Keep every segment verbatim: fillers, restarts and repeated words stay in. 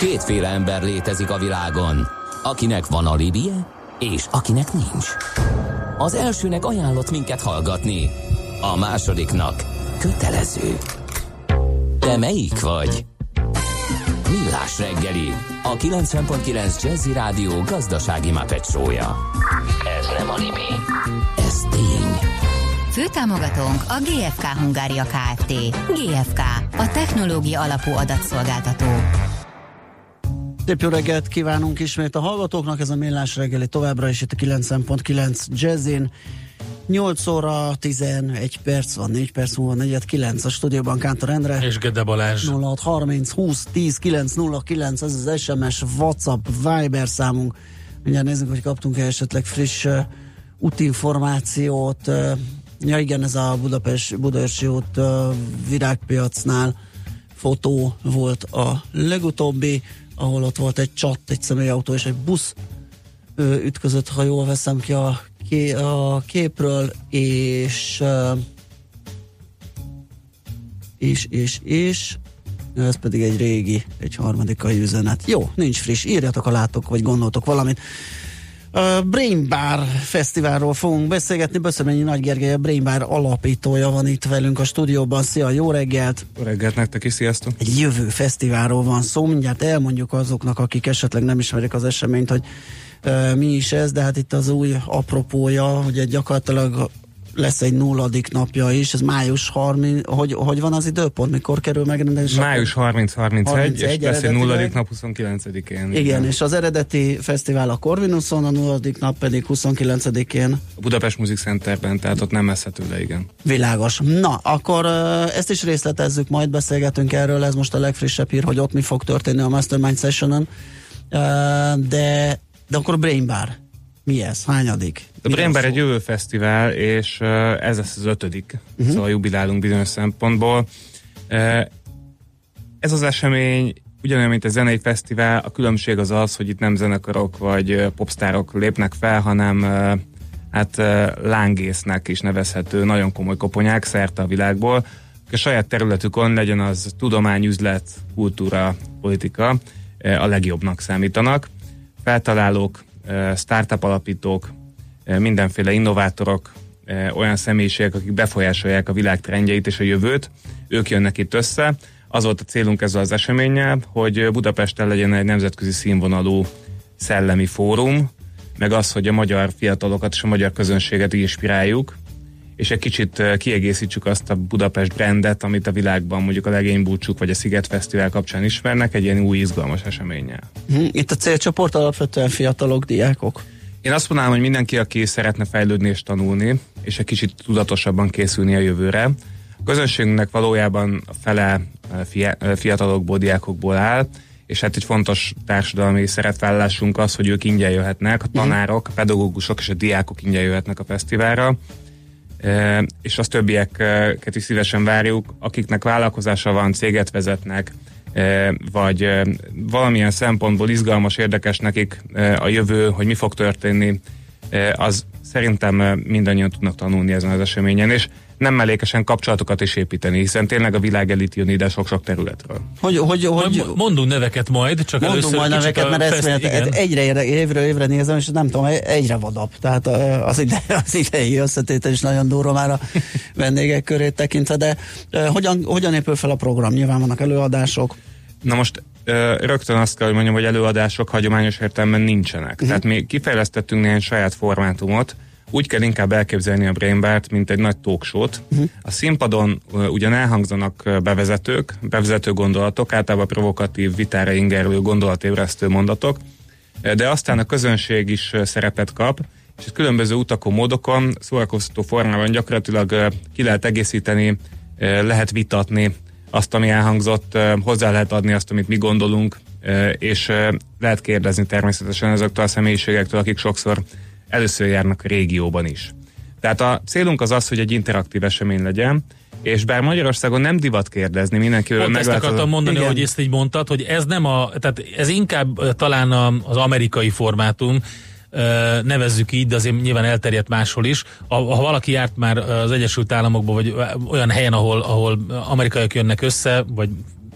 Kétféle ember létezik a világon, akinek van alibije, és akinek nincs. Az elsőnek ajánlott minket hallgatni, a másodiknak kötelező. Te melyik vagy? Millás reggeli, a kilencven pont kilenc Jazzy Rádió gazdasági Muppet show-ja. Ez nem anime, ez tény. Főtámogatónk a gé ef ká Hungária Kft. gé ef ká, a technológia alapú adatszolgáltató. Szép jó reggelt kívánunk ismét a hallgatóknak, ez a Millás reggeli továbbra is itt a kilencven pont kilenc Jazzin. nyolc óra tizenegy perc van, négy perc múlva negyed kilenc a stúdióban Kántor Endre. És Gede Balázs. nulla hat harminc húsz tíz kilenc nulla kilenc, ez az es em es, WhatsApp, Viber számunk. Mindjárt nézzük, hogy kaptunk-e esetleg friss uh, útinformációt. Uh, ja igen, ez a Budapest, Budaörsi út uh, virágpiacnál fotó volt a legutóbbi, ahol ott volt egy csat, egy személyautó és egy busz ö, ütközött, ha jól veszem ki a, ké, a képről, és uh, és, és, és ez pedig egy régi, egy harmadikai üzenet. Jó, nincs friss, írjatok, ha látok, vagy gondoltok valamit. A Brain Bar Fesztiválról fogunk beszélgetni. Böszörményi Nagy Gergely, a Brain Bar alapítója van itt velünk a stúdióban. Szia, jó reggelt! Jó reggelt nektek is, sziasztok! Egy jövő fesztiválról van szó, mindjárt elmondjuk azoknak, akik esetleg nem ismerik az eseményt, hogy uh, mi is ez, de hát itt az új apropója, hogy gyakorlatilag lesz egy nulladik napja is, ez május harminc, hogy, hogy van az időpont, mikor kerül megrendezésre? május harminc harmincegy, és lesz egy nulladik nap huszonkilencedikén. Igen, igen, és az eredeti fesztivál a Corvinuson, a nulladik nap pedig huszonkilencedikén. A Budapest Music Centerben, tehát ott nem messze tőle, igen. Világos. Na, akkor uh, ezt is részletezzük, majd beszélgetünk erről, ez most a legfrissebb hír, hogy ott mi fog történni a Mastermind Sessionon, uh, de, de akkor Brain Bar. Mi ez? Hányadik? A Brain Bar egy jövő fesztivál, és uh, ez lesz az ötödik, uh-huh. Szóval jubilálunk bizonyos szempontból. Uh, ez az esemény ugyanolyan, mint a zenei fesztivál, a különbség az az, hogy itt nem zenekarok vagy uh, popstárok lépnek fel, hanem uh, hát uh, lángésznek is nevezhető nagyon komoly koponyák szerte a világból. A saját területükön, legyen az tudomány, üzlet, kultúra, politika, uh, a legjobbnak számítanak. Feltalálók, startup alapítók, mindenféle innovátorok, olyan személyiségek, akik befolyásolják a világ trendjeit és a jövőt, ők jönnek itt össze. Az volt a célunk ezzel az eseménnyel, hogy Budapesten legyen egy nemzetközi színvonalú szellemi fórum, meg az, hogy a magyar fiatalokat és a magyar közönséget inspiráljuk, és egy kicsit kiegészítsük azt a Budapest brandet, amit a világban mondjuk a Legénybúcsúk vagy a Sziget Fesztivál kapcsán ismernek, egy ilyen új izgalmas eseménnyel. Itt a célcsoport alapvetően fiatalok, diákok? Én azt mondanám, hogy mindenki, aki szeretne fejlődni és tanulni, és egy kicsit tudatosabban készülni a jövőre. A közönségünknek valójában a fele fiatalokból, diákokból áll, és hát egy fontos társadalmi szerepvállalásunk az, hogy ők ingyen jöhetnek, a tanárok, a pedagógusok és a diákok ingyen jöhetnek a fesztiválra. E, és az többieket is szívesen várjuk, akiknek vállalkozása van, céget vezetnek, e, vagy e, valamilyen szempontból izgalmas, érdekes nekik e, a jövő, hogy mi fog történni, e, az szerintem mindannyian tudnak tanulni ezen az eseményen, és nem mellékesen kapcsolatokat is építeni, hiszen tényleg a világ elit jön ide sok-sok területről. Hogy, hogy, hogy, mondunk neveket majd, csak mondunk először majd neveket, mert fest, ezt egyre évről évre nézem, és nem tudom, egyre vadabb. Tehát az, ide, az idei összetétel is nagyon durva már a vendégek körét tekintve, de hogyan, hogyan épül fel a program? Nyilván vannak előadások. Na most rögtön azt kell, hogy mondjam, hogy előadások hagyományos értelemben nincsenek. Uh-huh. Tehát mi kifejlesztettünk néhány saját formátumot. Úgy kell inkább elképzelni a Brain Bart, mint egy nagy talkshow-t. Uh-huh. A színpadon uh, ugyan elhangzanak uh, bevezetők, bevezető gondolatok, általában provokatív, vitára ingerülő, gondolatébresztő mondatok, uh, de aztán a közönség is uh, szerepet kap, és különböző utakon, módokon, szórakoztató formában gyakorlatilag uh, ki lehet egészíteni, uh, lehet vitatni azt, ami elhangzott, uh, hozzá lehet adni azt, amit mi gondolunk, uh, és uh, lehet kérdezni természetesen ezektől a személyiségektől, akik sokszor először járnak a régióban is. Tehát a célunk az az, hogy egy interaktív esemény legyen, és bár Magyarországon nem divat kérdezni, mindenkiről meglátod. Ezt akartam mondani, igen, hogy ezt így mondtad, hogy ez nem a, tehát ez inkább talán az amerikai formátum, nevezzük így, de azért nyilván elterjedt máshol is. Ha valaki járt már az Egyesült Államokban, vagy olyan helyen, ahol, ahol amerikaiak jönnek össze, vagy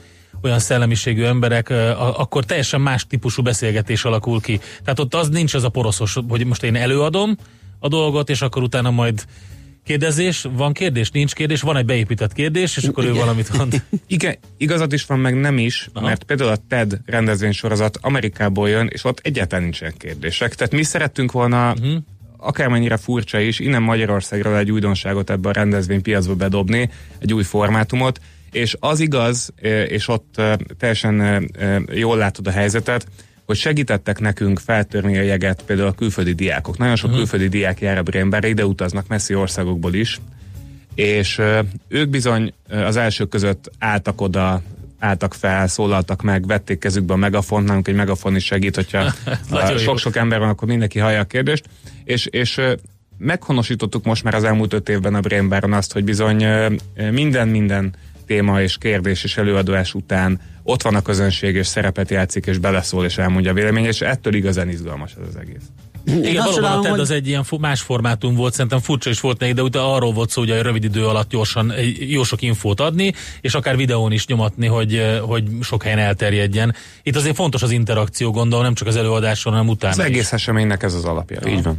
olyan szellemiségű emberek, akkor teljesen más típusú beszélgetés alakul ki. Tehát ott az nincs az a poroszos, hogy most én előadom a dolgot, és akkor utána majd kérdezés, van kérdés, nincs kérdés, van egy beépített kérdés, és akkor igen. ő valamit mond. Igen, igazad is van, meg nem is, aha. mert például a TED rendezvénysorozat Amerikából jön, és ott egyáltalán nincsen kérdések. Tehát mi szerettünk volna, uh-huh. akármennyire furcsa is, innen Magyarországról egy újdonságot ebbe a rendezvénypiacba bedobni, egy új formátumot, és az igaz, és ott teljesen jól látod a helyzetet, hogy segítettek nekünk feltörni a jeget például a külföldi diákok. Nagyon sok uh-huh. külföldi diák jár a Brainbarre, ide utaznak messzi országokból is, és uh, ők bizony uh, az elsők között álltak oda, álltak fel, szólaltak meg, vették kezükbe a megafont, nálunk egy megafon is segít, hogyha uh, sok-sok ember van, akkor mindenki hallja a kérdést, és, és uh, meghonosítottuk most már az elmúlt öt évben a Brainbarron azt, hogy bizony uh, minden-minden téma és kérdés és előadás után ott van a közönség, és szerepet játszik, és beleszól, és elmondja a véleményét, és ettől igazán izgalmas ez az egész. Igen, valóban a TED hogy... az egy ilyen más formátum volt, szerintem furcsa is volt neki, de utána arról volt szó, hogy a rövid idő alatt gyorsan jó sok infót adni, és akár videón is nyomatni, hogy, hogy sok helyen elterjedjen. Itt azért fontos az interakció, gondolom, nem csak az előadáson, hanem utána az egész eseménynek ez az alapja, ja. Így van.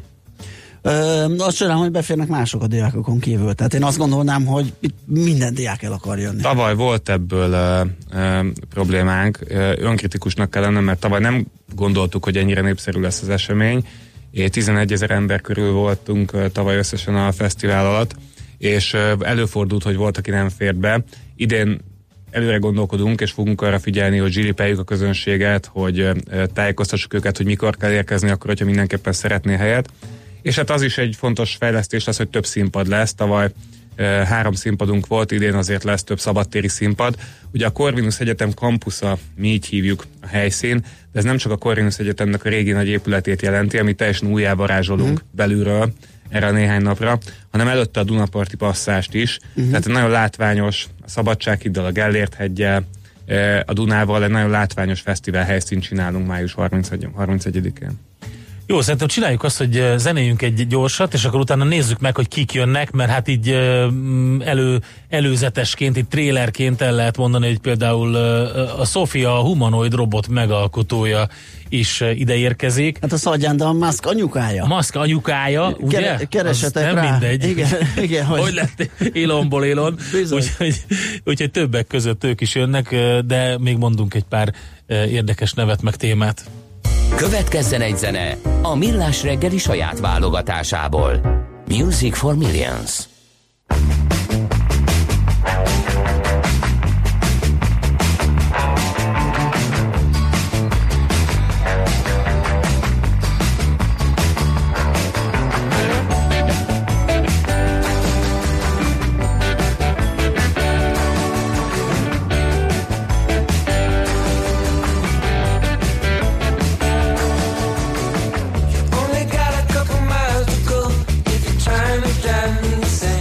Ö, azt csinálom, hogy beférnek mások a diákokon kívül. Tehát én azt gondolnám, hogy itt minden diák el akar jönni. Tavaly volt ebből ö, ö, problémánk. Önkritikusnak kell lennem, mert tavaly nem gondoltuk, hogy ennyire népszerű lesz az esemény. tizenegyezer ember körül voltunk ö, tavaly összesen a fesztivál alatt, és ö, előfordult, hogy volt, aki nem fért be. Idén előre gondolkodunk, és fogunk arra figyelni, hogy zsilipeljük a közönséget, hogy ö, tájékoztassuk őket, hogy mikor kell érkezni, akkor, hogyha mindenképpen szeretné helyet. És hát az is egy fontos fejlesztés lesz, hogy több színpad lesz. Tavaly e, három színpadunk volt, idén azért lesz több szabadtéri színpad. Ugye a Corvinus Egyetem campusza, mi így hívjuk a helyszín, de ez nem csak a Corvinus Egyetemnek a régi nagy épületét jelenti, amit teljesen újjá varázsolunk mm. belülről erre a néhány napra, hanem előtte a Dunaparti passzást is. Mm-hmm. Tehát nagyon látványos, a Szabadsághiddal, a Gellért-heggyel, e, a Dunával egy nagyon látványos fesztivál helyszínt csinálunk május harmincegyedikén. Jó, szerintem csináljuk azt, hogy zenéljünk egy gyorsat, és akkor utána nézzük meg, hogy kik jönnek, mert hát így elő, előzetesként, így trélerként el lehet mondani, hogy például a Sofia, a humanoid robot megalkotója is ide érkezik. Hát a Szadján, de a Musk anyukája. A Musk anyukája, ugye? Kere, keresetek nem rá. mindegy. Igen, igen, hogy... hogy lett Elonból Elon. Úgyhogy, úgyhogy többek között ők is jönnek, de még mondunk egy pár érdekes nevet meg témát. Következzen egy zene a Millás reggeli saját válogatásából. Music for Millions. Only got a couple miles to go if you're trying to drive me insane.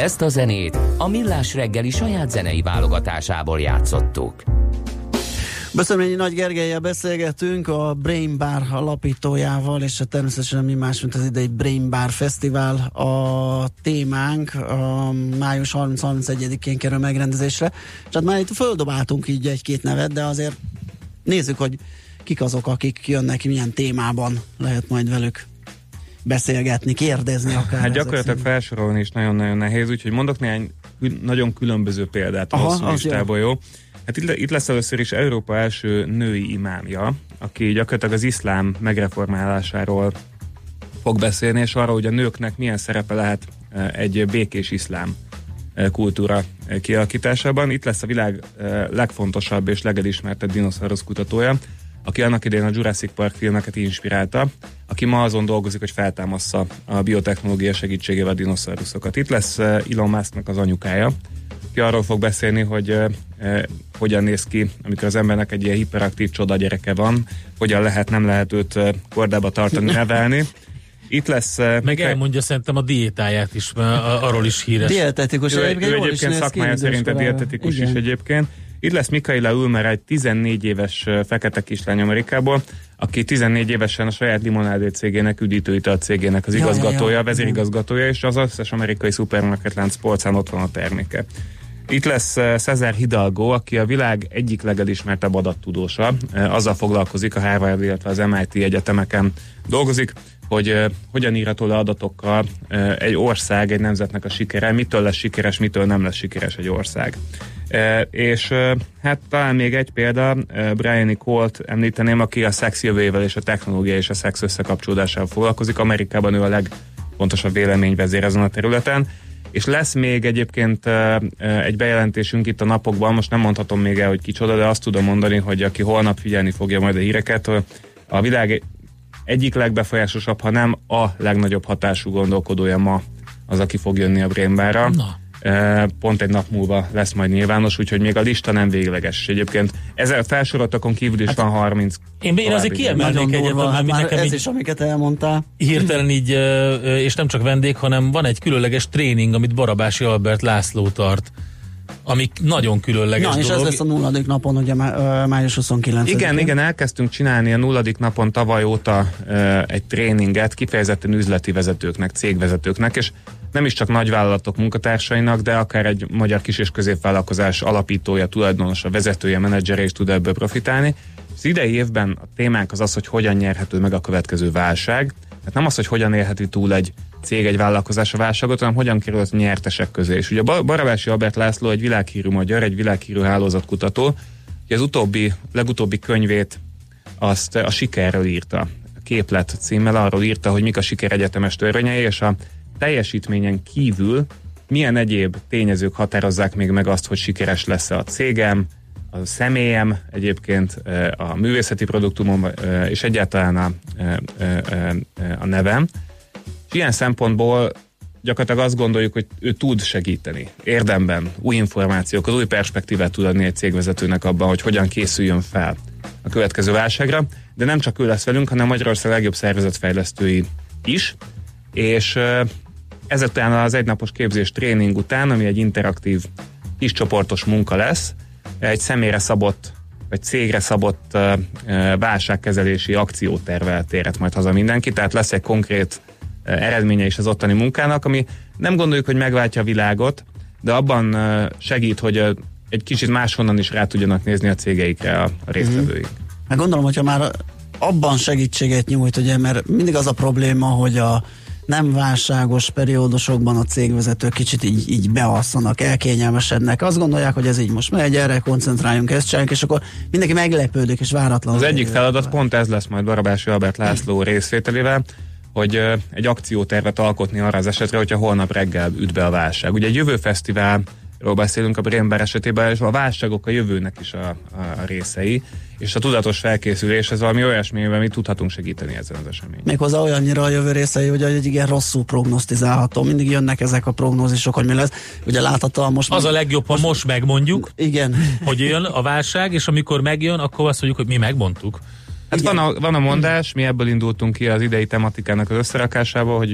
Ezt a zenét a Millás reggeli saját zenei válogatásából játszottuk. Beszélményi Nagy Gergellyel beszélgetünk, a Brain Bar alapítójával, és természetesen mi más, mint az idei Brain Bar Fesztivál a témánk, a május harminc-harmincegyedikén kerül megrendezésre. És hát már itt földobáltunk így egy-két nevet, de azért nézzük, hogy kik azok, akik jönnek, milyen témában lehet majd velük beszélgetni, kérdezni akár. Hát gyakorlatilag felsorolni is nagyon-nagyon nehéz, úgyhogy mondok néhány nagyon különböző példát a hosszú listából, jó? Hát itt, itt lesz először is Európa első női imámja, aki gyakorlatilag az iszlám megreformálásáról fog beszélni, és arról, hogy a nőknek milyen szerepe lehet egy békés iszlám kultúra kialakításában. Itt lesz a világ legfontosabb és legelismertebb dinoszaurusz kutatója, aki annak idején a Jurassic Park filmeket inspirálta, aki ma azon dolgozik, hogy feltámassza a biotechnológia segítségével a dinoszauruszokat. Itt lesz Elon Musknak az anyukája, aki arról fog beszélni, hogy eh, eh, hogyan néz ki, amikor az embernek egy ilyen hiperaktív csoda gyereke van, hogyan lehet, nem lehet őt eh, kordába tartani, nevelni. Itt lesz... Eh, Meg elmondja szerintem a diétáját is, mert arról is híres. Dietetikus. Ő, ő, ő egyébként szakmája szerint a dietetikus is egyébként. Itt lesz Michaela Ulmer, egy tizennégy éves fekete kislány Amerikából, aki tizennégy évesen a saját limonádé cégének, üdítőital cégének az igazgatója, ja, ja, vezérigazgatója, és az összes amerikai szupermarketlánc polcán ott van a terméke. Itt lesz César Hidalgo, aki a világ egyik legelismertebb adattudósa. Azzal foglalkozik, a Harvard, illetve az em i té egyetemeken dolgozik, hogy uh, hogyan írható le adatokkal uh, egy ország, egy nemzetnek a sikere, mitől lesz sikeres, mitől nem lesz sikeres egy ország. Uh, és uh, hát talán még egy példa, uh, Brian Colt említeném, aki a szex jövőjével és a technológia és a szex összekapcsolódásával foglalkozik. Amerikában ő a legfontosabb véleményvezér ezen a területen. És lesz még egyébként uh, egy bejelentésünk itt a napokban, most nem mondhatom még el, hogy kicsoda, de azt tudom mondani, hogy aki holnap figyelni fogja majd a híreket, a világ egyik legbefolyásosabb, ha nem a legnagyobb hatású gondolkodója ma az, aki fog jönni a Brain Barra. Pont egy nap múlva lesz majd nyilvános, úgyhogy még a lista nem végleges. Egyébként ezzel felsoroltakon kívül is hát van harminc. Én, én azért kiemelnék egyet, hát nekem ez így, is, amiket elmondtál. Hirtelen így, és nem csak vendég, hanem van egy különleges tréning, amit Barabási Albert László tart, ami nagyon különleges Na, és dolog. ez lesz a nulladik napon, ugye május huszonkilencedikén. Igen, igen, elkezdtünk csinálni a nulladik napon tavaly óta uh, egy tréninget kifejezetten üzleti vezetőknek, cégvezetőknek, és nem is csak nagyvállalatok munkatársainak, de akár egy magyar kis- és középvállalkozás alapítója, tulajdonosa, vezetője, menedzsere is tud ebből profitálni. Az idei évben a témánk az az, hogy hogyan nyerhető meg a következő válság. Tehát nem az, hogy hogyan élheti túl egy cég, egy vállalkozás a válságot, hanem hogyan került a nyertesek közé. És ugye Barabási Albert László egy világhírű magyar, egy világhírű hálózatkutató, hogy az utóbbi, legutóbbi könyvét azt a sikerről írta. A Képlet címmel arról írta, hogy mik a siker egyetemes törvényei, és a teljesítményen kívül milyen egyéb tényezők határozzák még meg azt, hogy sikeres lesz-e a cégem, a személyem, egyébként a művészeti produktumom, és egyáltalán a, a nevem. És ilyen szempontból gyakorlatilag azt gondoljuk, hogy ő tud segíteni érdemben, új információkat, új perspektívát tud adni egy cégvezetőnek abban, hogy hogyan készüljön fel a következő válságra, de nem csak ő lesz velünk, hanem Magyarország legjobb szervezetfejlesztői is, és ezután az egynapos képzés tréning után, ami egy interaktív kis csoportos munka lesz, egy személyre szabott, vagy cégre szabott uh, válságkezelési akciótervvel térhet majd haza mindenki, tehát lesz egy konkrét uh, eredménye is az ottani munkának, ami nem gondoljuk, hogy megváltja a világot, de abban uh, segít, hogy uh, egy kicsit máshonnan is rá tudjanak nézni a cégeikre a, a résztvevőik. Mm-hmm. Hát gondolom, hogyha már abban segítséget nyújt, ugye, mert mindig az a probléma, hogy a nem válságos periódusokban a cégvezetők kicsit így, így beasszanak, elkényelmesednek. Azt gondolják, hogy ez így most megy, erre koncentráljunk, ezt csináljuk, és akkor mindenki meglepődik, és váratlan. Az egyik feladat pont ez lesz majd Barabási Albert László részvételével, hogy uh, egy akciótervet alkotni arra az esetre, hogyha holnap reggel üt be a válság. Ugye egy jövő fesztiválról beszélünk a Brain Bar esetében, és a válságok a jövőnek is a, a részei, és a tudatos felkészülés, ez valami olyasmi, amivel mi tudhatunk segíteni ezen az eseményen. Méghozzá olyannyira a jövő részei, hogy egy igen rosszul prognosztizálható. Mindig jönnek ezek a prognózisok, hogy mi lesz. Ugye láthatóan most... Az meg, a legjobb, ha most, most megmondjuk, igen. hogy jön a válság, és amikor megjön, akkor azt mondjuk, hogy mi megmondtuk. Hát van a, van a mondás, mi ebből indultunk ki az idei tematikának az összerakásából, hogy ugye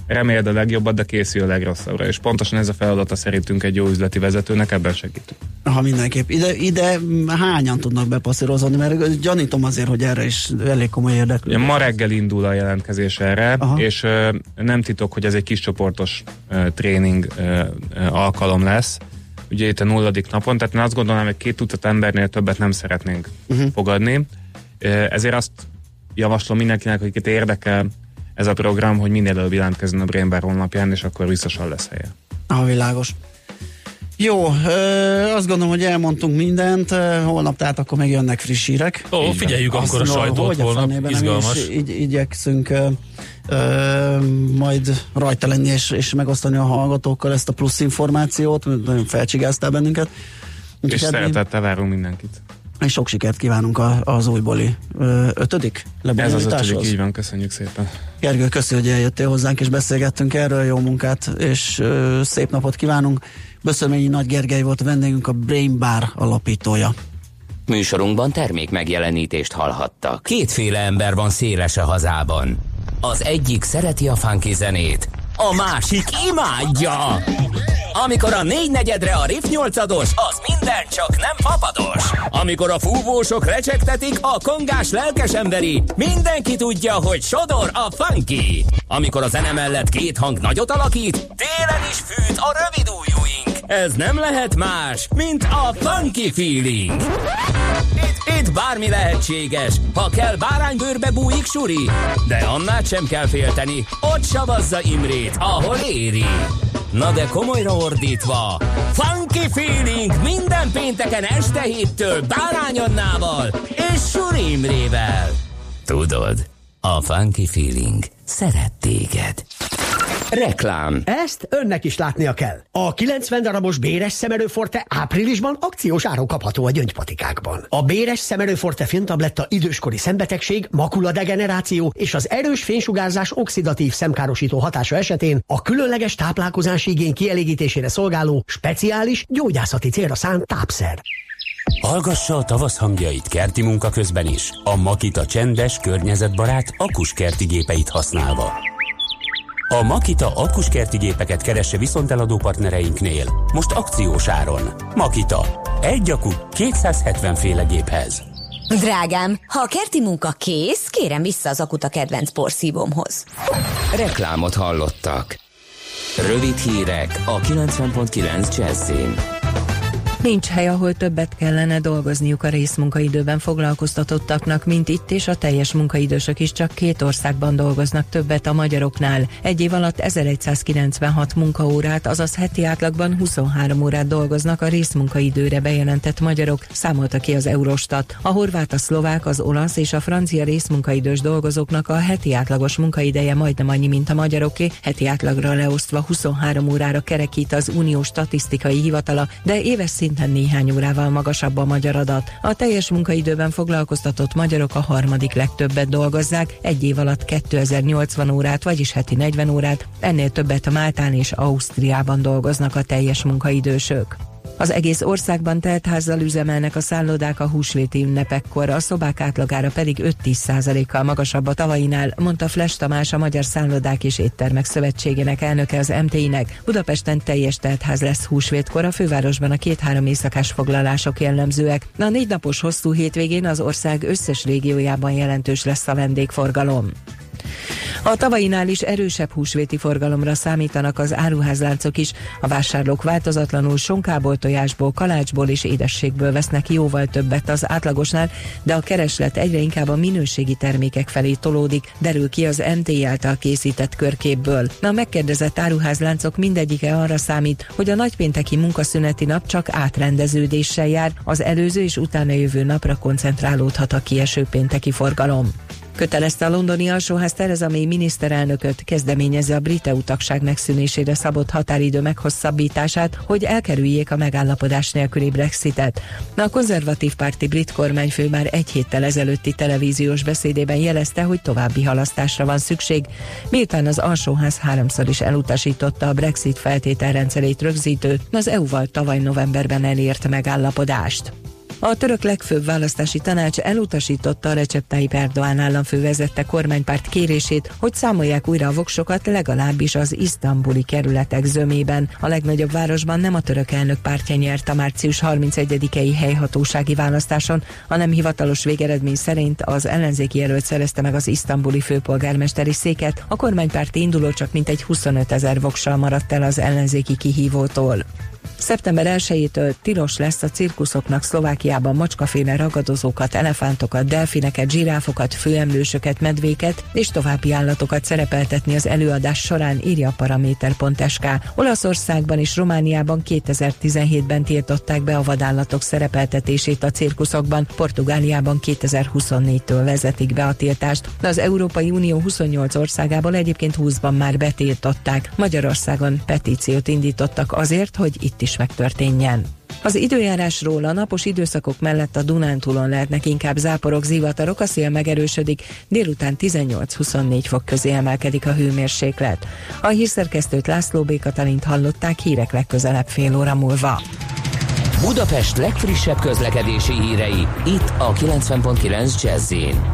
reméld a legjobbat, de készül a legrosszabbra, és pontosan ez a feladata szerintünk egy jó üzleti vezetőnek, ebben segítünk. Ha mindenképp. Ide, ide hányan tudnak bepasszírozódni, mert gyanítom azért, hogy erre is elég komoly érdeklődés. Ma reggel indul a jelentkezés erre, Aha. és uh, nem titok, hogy ez egy kis csoportos uh, tréning uh, uh, alkalom lesz, ugye itt a nulladik napon, tehát én azt gondolom, hogy két tucat embernél többet nem szeretnénk uh-huh. fogadni, uh, ezért azt javaslom mindenkinek, hogy itt érdekel ez a program, hogy minél előbb jelentkezzen a Brainbar honlapján, és akkor biztosan lesz helye. Ah, világos. Jó, ö, azt gondolom, hogy elmondtunk mindent, holnap tehát akkor még jönnek friss hírek. Ó, figyeljük akkor a sajtót holnap, izgalmas. Így, igyekszünk ö, ö, majd rajta lenni és, és megosztani a hallgatókkal ezt a plusz információt, nagyon felcsigáztál bennünket. És szeretettel várunk mindenkit. És sok sikert kívánunk a, az újbóli ö, ötödik lebonyolításhoz. Ez az ötödik, így van, köszönjük szépen. Gergő, köszi, hogy eljöttél hozzánk, és beszélgettünk erről, jó munkát, és ö, szép napot kívánunk. Böszörményi Nagy Gergely volt a vendégünk, a Brainbar alapítója. Műsorunkban termék megjelenítést hallhattak. Kétféle ember van széles a hazában. Az egyik szereti a funky zenét, a másik imádja. Amikor a négynegyedre a Riff nyolcados, az minden csak nem fapados. Amikor a fúvósok recsegtetik, a kongás lelkes emberi, mindenki tudja, hogy sodor a funky. Amikor a zene mellett két hang nagyot alakít, télen is fűt a rövid ujjúink. Ez nem lehet más, mint a funky feeling. Itt, itt bármi lehetséges, ha kell báránybőrbe bújik suri, de annál sem kell félteni, ott savazza Imrét, ahol éri. Na de komolyra ordítva, funky feeling minden pénteken este héttől Bárány Annával és Suri Imrével. Tudod, a funky feeling szeret téged. Reklám. Ezt önnek is látnia kell. A kilencven darabos Béres Szemerőforte áprilisban akciós áron kapható a gyöngypatikákban. A Béres Szemerőforte filmtabletta időskori szembetegség, makuladegeneráció és az erős fénysugárzás oxidatív szemkárosító hatása esetén a különleges táplálkozási igény kielégítésére szolgáló speciális gyógyászati célra szánt tápszer. Hallgassa a tavasz hangjait kerti munka közben is, a Makita csendes, környezetbarát akuskerti gépeit használva. A Makita akkuskerti gépeket keresse viszonteladó partnereinknél, most akciós áron. Makita. Egy akku kétszázhetven féle géphez. Drágám, ha a kerti munka kész, kérem vissza az akut a kedvenc porszívómhoz. Reklámot hallottak. Rövid hírek a kilencven pont kilenc Jazzin. Nincs hely, ahol többet kellene dolgozniuk a részmunkaidőben foglalkoztatottaknak, mint itt, és a teljes munkaidősök is csak két országban dolgoznak többet a magyaroknál. Egy év alatt ezeregyszázkilencvenhat munkaórát, azaz heti átlagban huszonhárom órát dolgoznak a részmunkaidőre bejelentett magyarok, számolta ki az Eurostat. A horvát, a szlovák, az olasz és a francia részmunkaidős dolgozóknak a heti átlagos munkaideje majdnem annyi, mint a magyaroké, heti átlagra leosztva huszonhárom órára kerekít az Uniós Statisztikai Hivatala, de éves szinten néhány órával magasabb a magyar adat. A teljes munkaidőben foglalkoztatott magyarok a harmadik legtöbbet dolgozzák, egy év alatt kétezer-nyolcvan órát, vagyis heti negyven órát, ennél többet a Máltán és Ausztriában dolgoznak a teljes munkaidősök. Az egész országban teltházzal üzemelnek a szállodák a húsvéti ünnepekkor, a szobák átlagára pedig öt-tíz százalékkal magasabb a tavainál, mondta Fles Tamás, a Magyar Szállodák és Éttermek Szövetségének elnöke az em té i-nek. Budapesten teljes teltház lesz húsvétkor, a fővárosban a két-három éjszakás foglalások jellemzőek. A négy napos hosszú hétvégén az ország összes régiójában jelentős lesz a vendégforgalom. A tavainál is erősebb húsvéti forgalomra számítanak az áruházláncok is. A vásárlók változatlanul sonkából, tojásból, kalácsból és édességből vesznek jóval többet az átlagosnál, de a kereslet egyre inkább a minőségi termékek felé tolódik, derül ki az em té i által készített körképből. A megkérdezett áruházláncok mindegyike arra számít, hogy a nagypénteki munkaszüneti nap csak átrendeződéssel jár, az előző és utána jövő napra koncentrálódhat a kieső pénteki forgalom. Kötelezte a londoni alsóház Theresa May miniszterelnököt, kezdeményezi a brit é u-tagság megszűnésére szabott határidő meghosszabbítását, hogy elkerüljék a megállapodás nélküli Brexitet. A konzervatív párti brit kormányfő már egy héttel ezelőtti televíziós beszédében jelezte, hogy további halasztásra van szükség, miután az alsóház háromszor is elutasította a Brexit feltételrendszerét rögzítő, az é u-val tavaly novemberben elért megállapodást. A török legfőbb választási tanács elutasította a Recep Tayyip Erdoğan államfő vezette kormánypárt kérését, hogy számolják újra a voksokat legalábbis az isztambuli kerületek zömében. A legnagyobb városban nem a török elnök pártja nyert a március harmincegyedikei helyhatósági választáson, hanem hivatalos végeredmény szerint az ellenzéki jelölt szerezte meg az isztambuli főpolgármesteri széket, a kormánypárti induló csak mintegy huszonöt ezer voksal maradt el az ellenzéki kihívótól. szeptember elsejétől tilos lesz a cirkuszoknak Szlovákiában macskaféle ragadozókat, elefántokat, delfineket, zsiráfokat, főemlősöket, medvéket és további állatokat szerepeltetni az előadás során, írja a paraméter pont es ká. Olaszországban és Romániában kétezer-tizenhétben tiltották be a vadállatok szerepeltetését a cirkuszokban, Portugáliában kétezer-huszonnégytől vezetik be a tiltást, de az Európai Unió huszonnyolc országából egyébként húszban már betiltották. Magyarországon petíciót indítottak azért, hogy itt is megtörténjen. Az időjárásról: a napos időszakok mellett a Dunántúlon lehetnek inkább záporok, zivatarok, a szél megerősödik, délután tizennyolc-huszonnégy fok közé emelkedik a hőmérséklet. A hírszerkesztőt, László B. Katalint hallották, hírek legközelebb fél óra múlva. Budapest legfrissebb közlekedési hírei, itt a kilencven pont kilenc Jazz-in.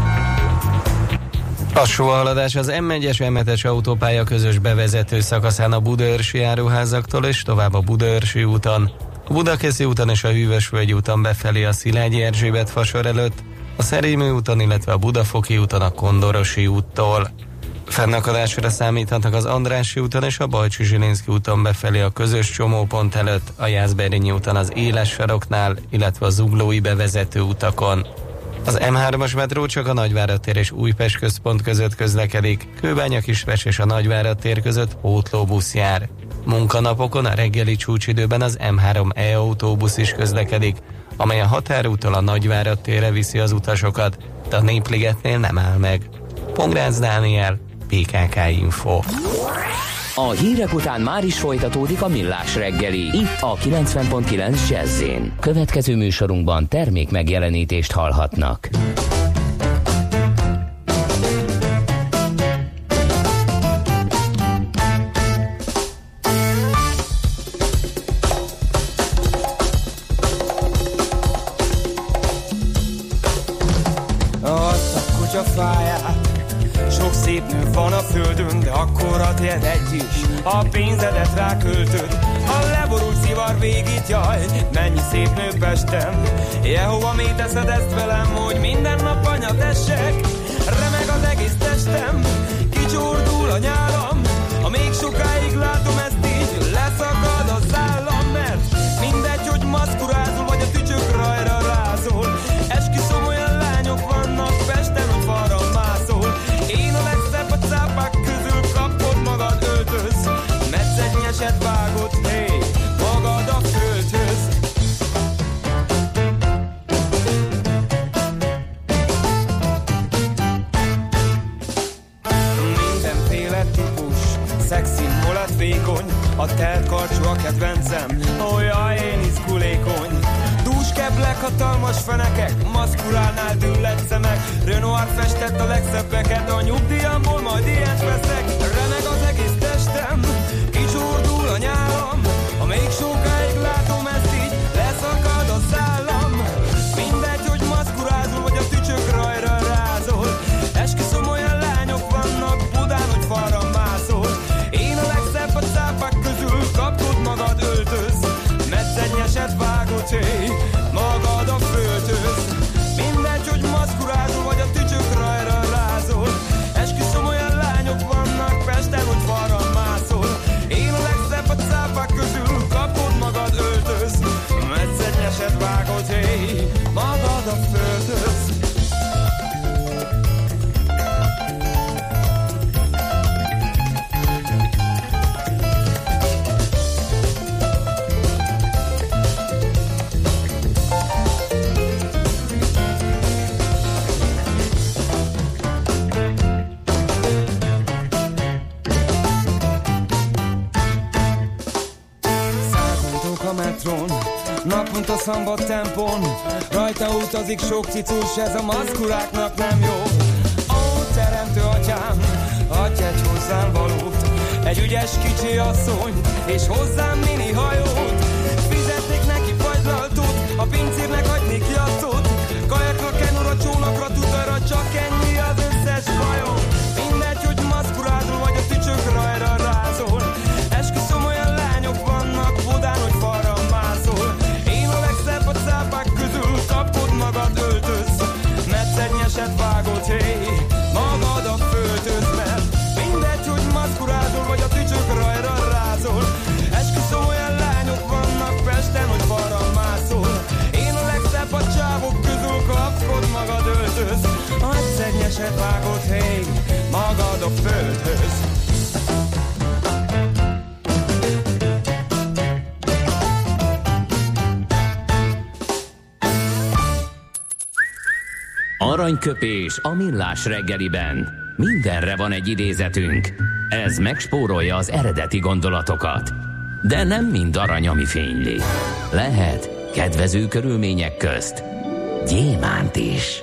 Lassú a haladás az em egyes em hetes autópálya közös bevezető szakaszán a budaörsi járóházaktól és tovább a Budaörsi úton. A Budakeszi úton és a Hűvösvölgyi úton befelé a Szilágyi Erzsébet fasor előtt, a Szerémű úton, illetve a Budafoki úton a Kondorosi úttól. Fennakadásra számíthatnak az Andrássy úton és a Bajcsy-Zsilinszky úton befelé a közös csomópont előtt, a Jászberényi úton az Éles saroknál, illetve a zuglói bevezető utakon. Az em hármas metró csak a Nagyvárad tér és Újpest központ között közlekedik, Kőbánya-Kispest és a Nagyvárad tér között pótlóbusz jár. Munkanapokon a reggeli csúcsidőben az em három E autóbusz is közlekedik, amely a Határúttól a Nagyvárad térre viszi az utasokat, de a Népligetnél nem áll meg. Pongrácz Dániel, pé ká ká Info. A hírek után már is folytatódik a Millás reggeli, itt a kilencven pont kilenc Jazz-in. Következő műsorunkban termék megjelenítést hallhatnak. Azt a kutyafáját, sok szép nő van a földön, de akkor a tiéd egy is, a pénzedet ráköltöd. A leborult szivar végít, jaj, mennyi szép nő Pesten. Jehova, mit teszed ezt velem, hogy minden nap anyat essek? Remeg az egész testem, kicsordul a nyálam, ha még sokáig látom ezt így, leszakad a szállam, mert mindegy, hogy maszkurázol, vagy a tücsök rajra rázol. Esküszöm, olyan lányok vannak Pesten, hogy falra mászol. Én a legszebb a cápák közül, kapod magad, öltöz, metszegnyeset vágod, hé, hey, magad a földhöz. Mindenféle típus, szexi, molat, vékony, a telt karcsú a kedvencem, olyan én izgulékony. Dúskeblek, hatalmas fenekek, maszkulálnál düllet szemek, Renoir festett a legszebbeket, a nyugdíjamból majd ilyet veszek. Remeg az egész testem, kicsordul a nyálam, ha még sokáig látom ezt így, leszakad a szállam. Mindegy, hogy maszkurázol, vagy a tücsök rajra rázol. Esküszöm, olyan lányok vannak Budán, hogy falra mászol. Én a legszebb a cápák közül, kapod magad, öltöz, metszegnyeset vágod, hé, hey, magad a földhöz. Mindegy, hogy maszkurázol, vagy a tücsök rajra rázol. Esküszöm, olyan lányok vannak Pesten, hogy falra mászol. Én a legszebb a cápák közül, kapod magad, öltöz, metszegnyeset vágod, hé, hey, magad a földhöz. Naponta a szambat tempón, rajta utazik sok cicus, ez a maszkuláknak nem jó. Ó, teremtő atyám, adj egy hozzám valót, egy ügyes kicsi asszony, és hozzám mini hajót. Fizetnék neki fagylaltót, a pincérnek hagyni ki a szót. Kajakra, kenura, csónakra, tudajra, csak ennyi az összes bajom. Mindegy, hogy maszkurádul vagy a tücsök rajra rázol. Esküszöm, olyan lányok vannak vodán, hogy falra mászol. Én a legszebb a cápák közül, kapod magad, öltöz. Metszennyeset vágod, hé, magad a földhöz. Mert mindegy, hogy maszkurádul vagy a tücsök rajra rázol. Esküszöm, olyan lányok vannak Pesten, hogy falra mászol. Én a legszebb a csávok közül, kapod magad, öltöz. Metszennyeset vágod, hé, magad a földhöz. Aranyköpés a millás reggeliben. Mindenre van egy idézetünk. Ez megspórolja az eredeti gondolatokat. De nem mind arany, ami fényli. Lehet kedvező körülmények közt gyémánt is.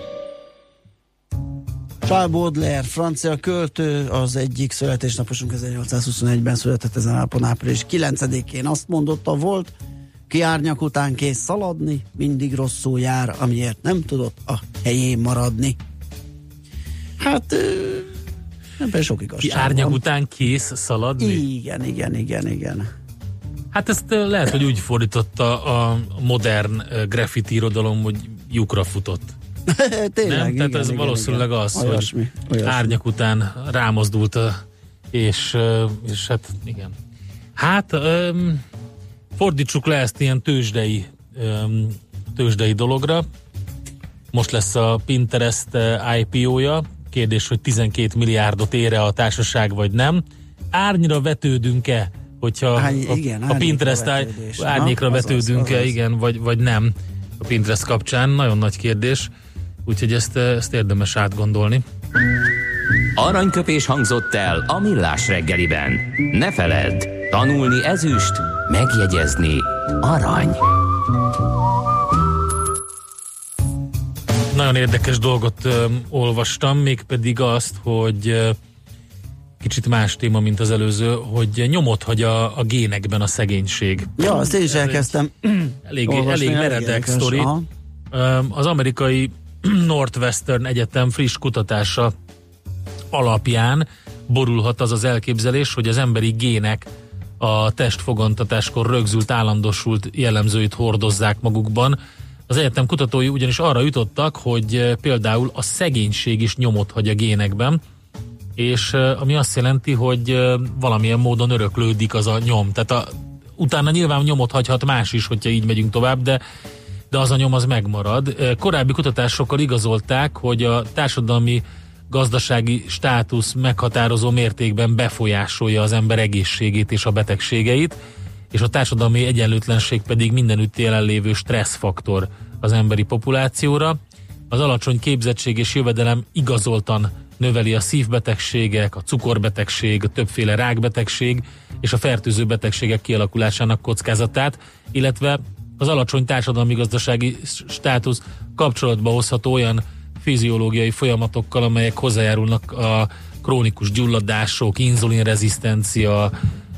Charles Baudelaire, francia költő, az egyik születésnaposunk ezernyolcszázhuszonegyben született ezen a napon, április kilencedikén. Azt mondotta, volt, ki árnyak után kész szaladni, mindig rosszul jár, amiért nem tudott a helyén maradni. Hát ebben sok igazság Ki árnyak van. után kész szaladni? Igen, igen, igen, igen. Hát ezt lehet, hogy úgy fordította a modern graffiti irodalom, hogy lyukra futott. Tényleg, nem? igen, Tehát ez igen, valószínűleg igen. az, Olyasmi, hogy olyasmi. árnyak után rámozdult, és, és hát igen. Hát um, fordítsuk le ezt ilyen tőzsdei, um, tőzsdei dologra. Most lesz a Pinterest I P O-ja. Kérdés, hogy tizenkét milliárdot ér-e a társaság, vagy nem. Árnyra vetődünk-e, hogyha Hány, a, igen, a Pinterest vetődés. árnyékra Na, vetődünk-e, azaz, igen, vagy, vagy nem a Pinterest kapcsán. Nagyon nagy kérdés, úgyhogy ezt, ezt érdemes átgondolni. Aranyköpés hangzott el a millás reggeliben. Ne feledd, tanulni ezüst, megjegyezni arany. Nagyon érdekes dolgot ö, olvastam, mégpedig azt, hogy ö, kicsit más téma, mint az előző, hogy nyomot hagy a, a génekben a szegénység. Ja, azt én is elkezdtem. Elég, olvasni, elég elég meredek érdekes, sztori. aha. Ö, Az amerikai Northwestern Egyetem friss kutatása alapján borulhat az az elképzelés, hogy az emberi gének a testfogantatáskor rögzült, állandosult jellemzőit hordozzák magukban. Az egyetem kutatói ugyanis arra jutottak, hogy például a szegénység is nyomot hagy a génekben, és ami azt jelenti, hogy valamilyen módon öröklődik az a nyom. Tehát a, utána nyilván nyomot hagyhat más is, hogyha így megyünk tovább, de, de az a nyom az megmarad. Korábbi kutatásokkal igazolták, hogy a társadalmi gazdasági státusz meghatározó mértékben befolyásolja az ember egészségét és a betegségeit, és a társadalmi egyenlőtlenség pedig mindenütt jelenlévő stresszfaktor az emberi populációra. Az alacsony képzettség és jövedelem igazoltan növeli a szívbetegségek, a cukorbetegség, a többféle rákbetegség és a fertőző betegségek kialakulásának kockázatát, illetve az alacsony társadalmi-gazdasági státusz kapcsolatba hozható olyan fiziológiai folyamatokkal, amelyek hozzájárulnak a krónikus gyulladások, inzulinrezisztencia,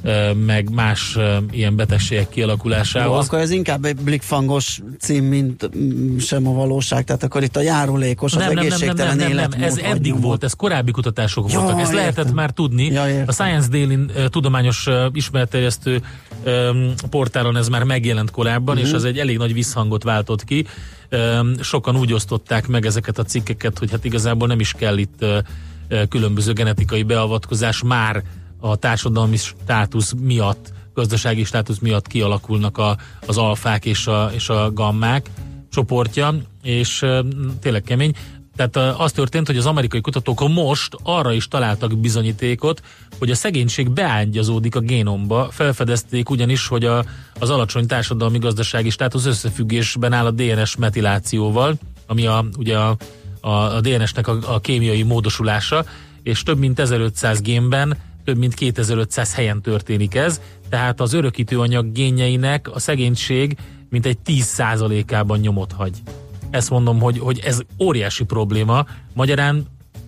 meg más ilyen betegségek kialakulásához. Jó, akkor ez inkább egy blikfangos cím, mint sem a valóság, tehát akkor itt a járulékos, az nem, nem, egészségtelen nem, nem, nem, nem. Ez eddig nyomot. volt, ez korábbi kutatások Ja, voltak, ezt lehetett értem. már tudni. Ja, a Science Daily uh, tudományos uh, ismeretterjesztő um, portálon ez már megjelent korábban, uh-huh. és az egy elég nagy visszhangot váltott ki. Um, sokan úgy osztották meg ezeket a cikkeket, hogy hát igazából nem is kell itt uh, uh, különböző genetikai beavatkozás, már a társadalmi státusz miatt, gazdasági státusz miatt kialakulnak a, az alfák és a, és a gammák csoportja, és e, tényleg kemény. Tehát e, az történt, hogy az amerikai kutatók most arra is találtak bizonyítékot, hogy a szegénység beágyazódik a génomba. Felfedezték ugyanis, hogy a, az alacsony társadalmi gazdasági státusz összefüggésben áll a dé en es metilációval, ami a, ugye a, a, a dé en esnek a, a kémiai módosulása, és több mint ezerötszáz génben több mint kétezer-ötszáz helyen történik ez, tehát az örökítőanyag génjeinek a szegénység mintegy tíz százalékában nyomot hagy. Ezt mondom, hogy, hogy ez óriási probléma. Magyarán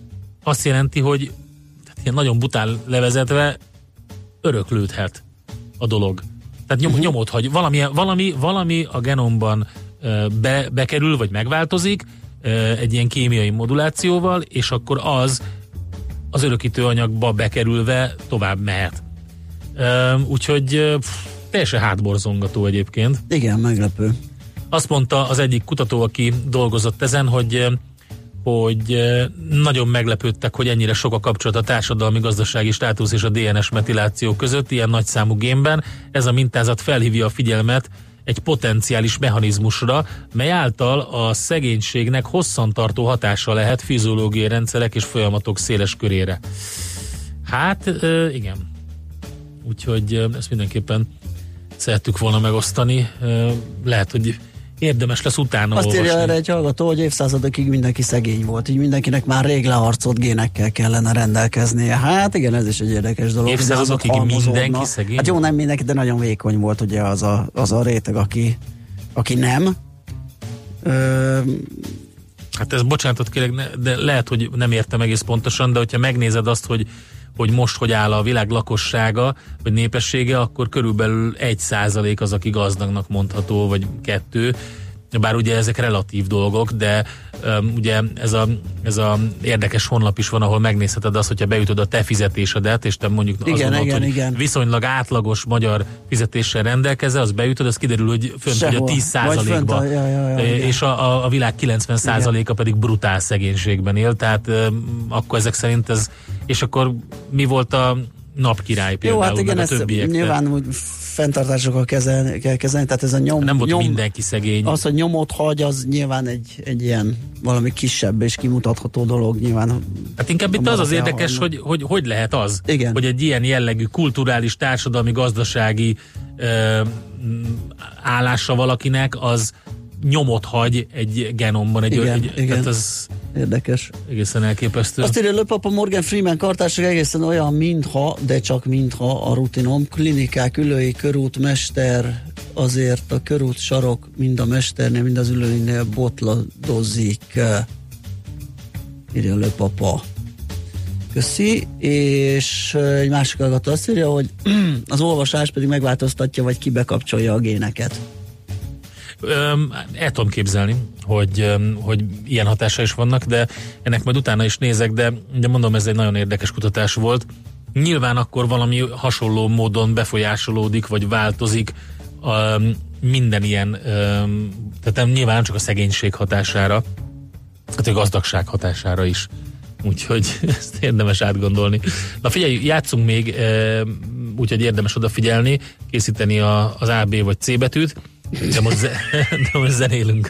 azt jelenti, hogy tehát ilyen nagyon bután levezetve öröklődhet a dolog. Tehát nyom, uh-huh. nyomot hagy. Valami, valami, valami a genomban be, bekerül, vagy megváltozik egy ilyen kémiai modulációval, és akkor az az örökítő anyagba bekerülve tovább mehet. Úgyhogy pff, teljesen hátborzongató egyébként. Igen, meglepő. Azt mondta az egyik kutató, aki dolgozott ezen, hogy hogy nagyon meglepődtek, hogy ennyire sok a kapcsolat a társadalmi, gazdasági státusz és a dé en es metiláció között ilyen nagyszámú génben. Ez a mintázat felhívja a figyelmet egy potenciális mechanizmusra, mely által a szegénységnek hosszantartó hatása lehet fiziológiai rendszerek és folyamatok széles körére. Hát, igen. Úgyhogy ezt mindenképpen szerettük volna megosztani. Lehet, hogy érdemes lesz utána Azt olvasni. írja erre egy hallgató, hogy évszázadokig mindenki szegény volt, így mindenkinek már rég leharcolt génekkel kellene rendelkeznie. Hát igen, ez is egy érdekes dolog. Évszázadokig mindenki szegény? Hát jó, nem mindenki, de nagyon vékony volt ugye az a, az a réteg, aki, aki nem. Ö... Hát ez bocsánatot kérek, de lehet, hogy nem értem egész pontosan, de hogyha megnézed azt, hogy hogy most hogy áll a világ lakossága, vagy népessége, akkor körülbelül egy százalék az, aki gazdagnak mondható, vagy kettő. Bár ugye ezek relatív dolgok, de um, ugye ez a, ez a érdekes honlap is van, ahol megnézheted azt, hogyha beütöd a te fizetésedet, és te mondjuk igen, azon igen, ott, hogy igen. viszonylag átlagos magyar fizetéssel rendelkezel, az beütöd, az kiderül, hogy fönt vagy a tíz százalékban. Ja, ja, ja, és a, a, a világ kilencven százaléka pedig brutál szegénységben él, tehát um, akkor ezek szerint ez, és akkor mi volt a napkirály például, jó, hát igen, meg a többiek. Nyilván úgy fenntartásokkal kezelni, kell kezelni, tehát ez a nyom... Nem volt nyom, mindenki szegény. Az, hogy nyomot hagy, az nyilván egy, egy ilyen valami kisebb és kimutatható dolog nyilván. Hát inkább itt az az érdekes, hogy, hogy hogy lehet az, igen. hogy egy ilyen jellegű kulturális, társadalmi, gazdasági ö, állása valakinek az nyomot hagy egy genomban. Egy, igen, egy, igen. Tehát az érdekes. Egészen elképesztő. Azt írja Löpapa Morgan Freeman kartársak egészen olyan, mintha, de csak mintha a rutinom. Klinikák, ülői, körút, mester, azért a körút sarok mind a mesternél, mind az ülőinél botladozik. Írja Löpapa. Köszi. És egy másik hallgató azt írja, hogy az olvasás pedig megváltoztatja, vagy kibekapcsolja a géneket. Öm, el tudom képzelni, hogy, öm, hogy ilyen hatása is vannak, de ennek majd utána is nézek, de, de mondom, ez egy nagyon érdekes kutatás volt. Nyilván akkor valami hasonló módon befolyásolódik, vagy változik öm, minden ilyen, öm, tehát nyilván csak a szegénység hatására, hát a gazdagság hatására is. Úgyhogy ezt érdemes átgondolni. Na figyelj, játszunk még, úgyhogy érdemes odafigyelni, készíteni a, az A, B vagy C betűt, de most, ze- de most zenélünk.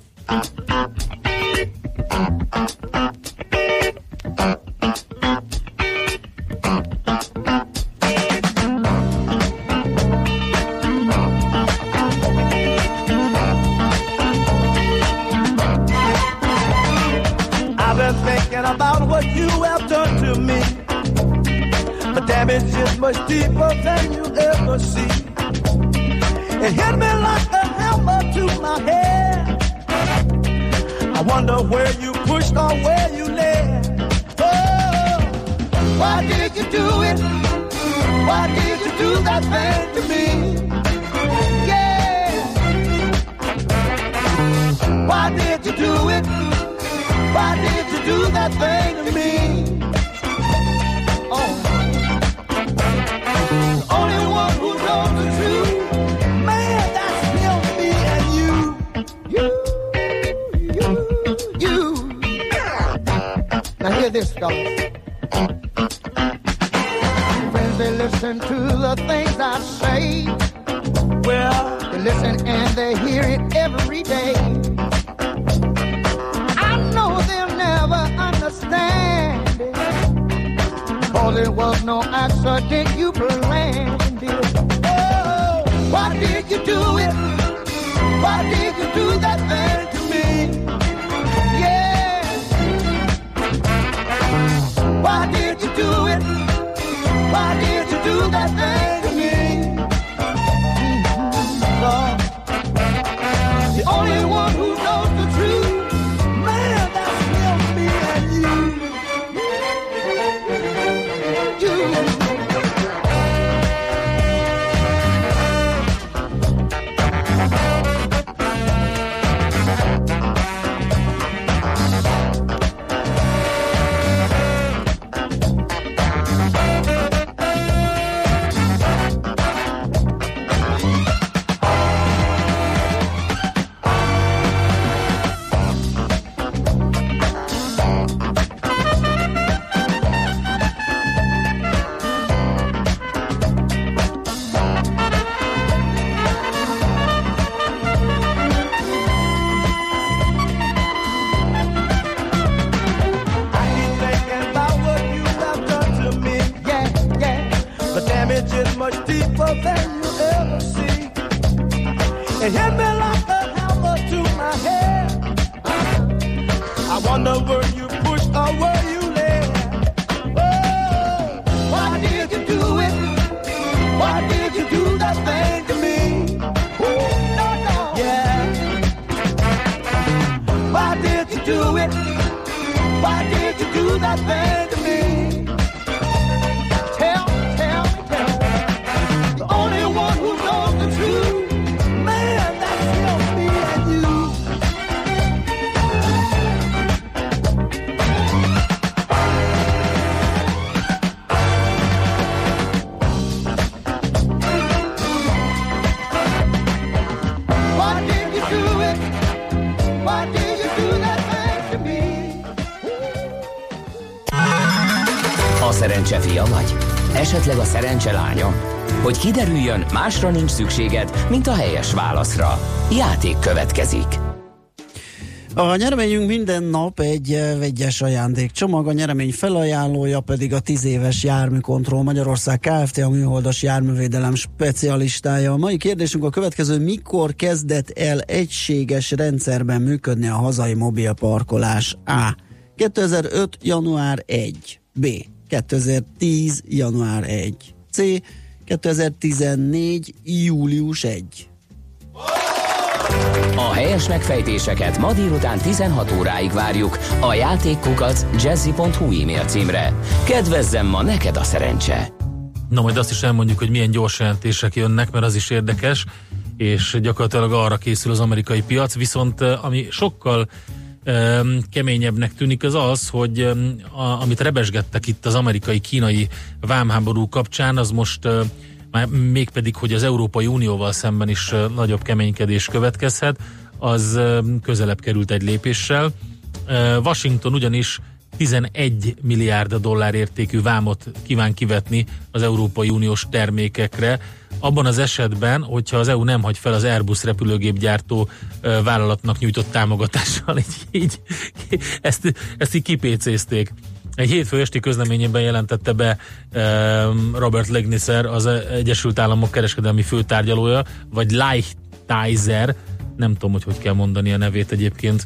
I've been thinking about what you have done to me. The damage is much deeper than you ever see. It hit me like a hammer to my head. I wonder where you pushed or where you led. Oh, why did you do it? Why did you do that thing to me? Yeah. Why did you do it? Why did you do that thing to me? Oh, the only one who knows the truth. Now hear this, fellas. Friends, they listen to the things I say. Well, they listen and they hear it every day. I know they'll never understand it, 'cause it was no accident, you planned it. Oh, why did you do it? Why did you do that thing to me? Why did you do it? Why did you do that thing to me? Mm-hmm. Lord, the only one who knows the truth, man, that's still me and you. You. It hit me like a hammer to my head. I wonder were you pushed or were you led? Oh, why did you do it? Why did you do that thing to me? Ooh, no, no. Yeah. Why did you do it? Why did you do that thing to me? Tell, tell me, tell me. The only one who knows the truth. Man, that's him, me and you. Why did you do it? Why did you do that thing to me? A szerencse fia vagy? Esetleg a szerencse lánya? Hogy kiderüljön, másra nincs szükséged, mint a helyes válaszra. Játék következik. A nyereményünk minden nap egy vegyes ajándékcsomag, a nyeremény felajánlója pedig a tíz éves Járműkontroll Magyarország Kft., a műholdas járművédelem specialistája. A mai kérdésünk a következő: mikor kezdett el egységes rendszerben működni a hazai mobilparkolás? A. kétezer-öt. január elseje. B. kétezer-tíz. január elseje. C. kétezer-tizennégy. július elsején. A helyes megfejtéseket ma délután tizenhat óráig várjuk a játékkukac jazzy pont hu e-mail címre. Kedvezzem ma neked a szerencse! Na, majd azt is elmondjuk, hogy milyen gyors jelentések jönnek, mert az is érdekes, és gyakorlatilag arra készül az amerikai piac, viszont ami sokkal um, keményebbnek tűnik az az, hogy um, a, amit rebesgettek itt az amerikai-kínai vámháború kapcsán, az most uh, már mégpedig, hogy az Európai Unióval szemben is uh, nagyobb keménykedés következhet, az uh, közelebb került egy lépéssel. Uh, Washington ugyanis tizenegy milliárd dollár értékű vámot kíván kivetni az Európai Uniós termékekre, abban az esetben, hogyha az é u nem hagy fel az Airbus repülőgépgyártó uh, vállalatnak nyújtott támogatással. Így, így, ezt, ezt így kipécézték. Egy hétfő esti közleményében jelentette be um, Robert Lighthizer, az Egyesült Államok kereskedelmi főtárgyalója, vagy Lighthizer, nem tudom, hogy hogy kell mondani a nevét egyébként,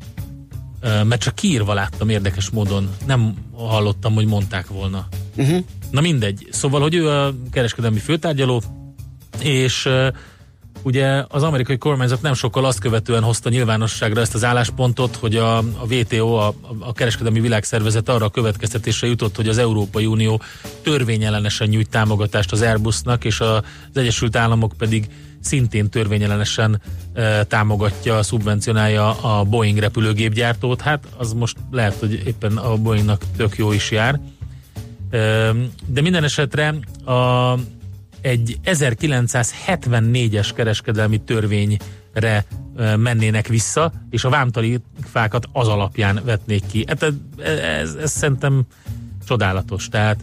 uh, mert csak kiírva láttam érdekes módon, nem hallottam, hogy mondták volna. Uh-huh. Na mindegy, szóval, hogy ő a kereskedelmi főtárgyaló, és uh, ugye az amerikai kormányzat nem sokkal azt követően hozta nyilvánosságra ezt az álláspontot, hogy a, a vé té o, a, a kereskedelmi világszervezet arra a következtetésre jutott, hogy az Európai Unió törvényellenesen nyújt támogatást az Airbusnak, és a, az Egyesült Államok pedig szintén törvényellenesen e, támogatja, szubvencionálja a Boeing repülőgépgyártót. Hát az most lehet, hogy éppen a Boeingnak tök jó is jár. E, de minden esetre a egy ezerkilencszázhetvennégyes kereskedelmi törvényre mennének vissza, és a vámtarifákat az alapján vetnék ki. Hát ez, ez, ez szerintem csodálatos. Tehát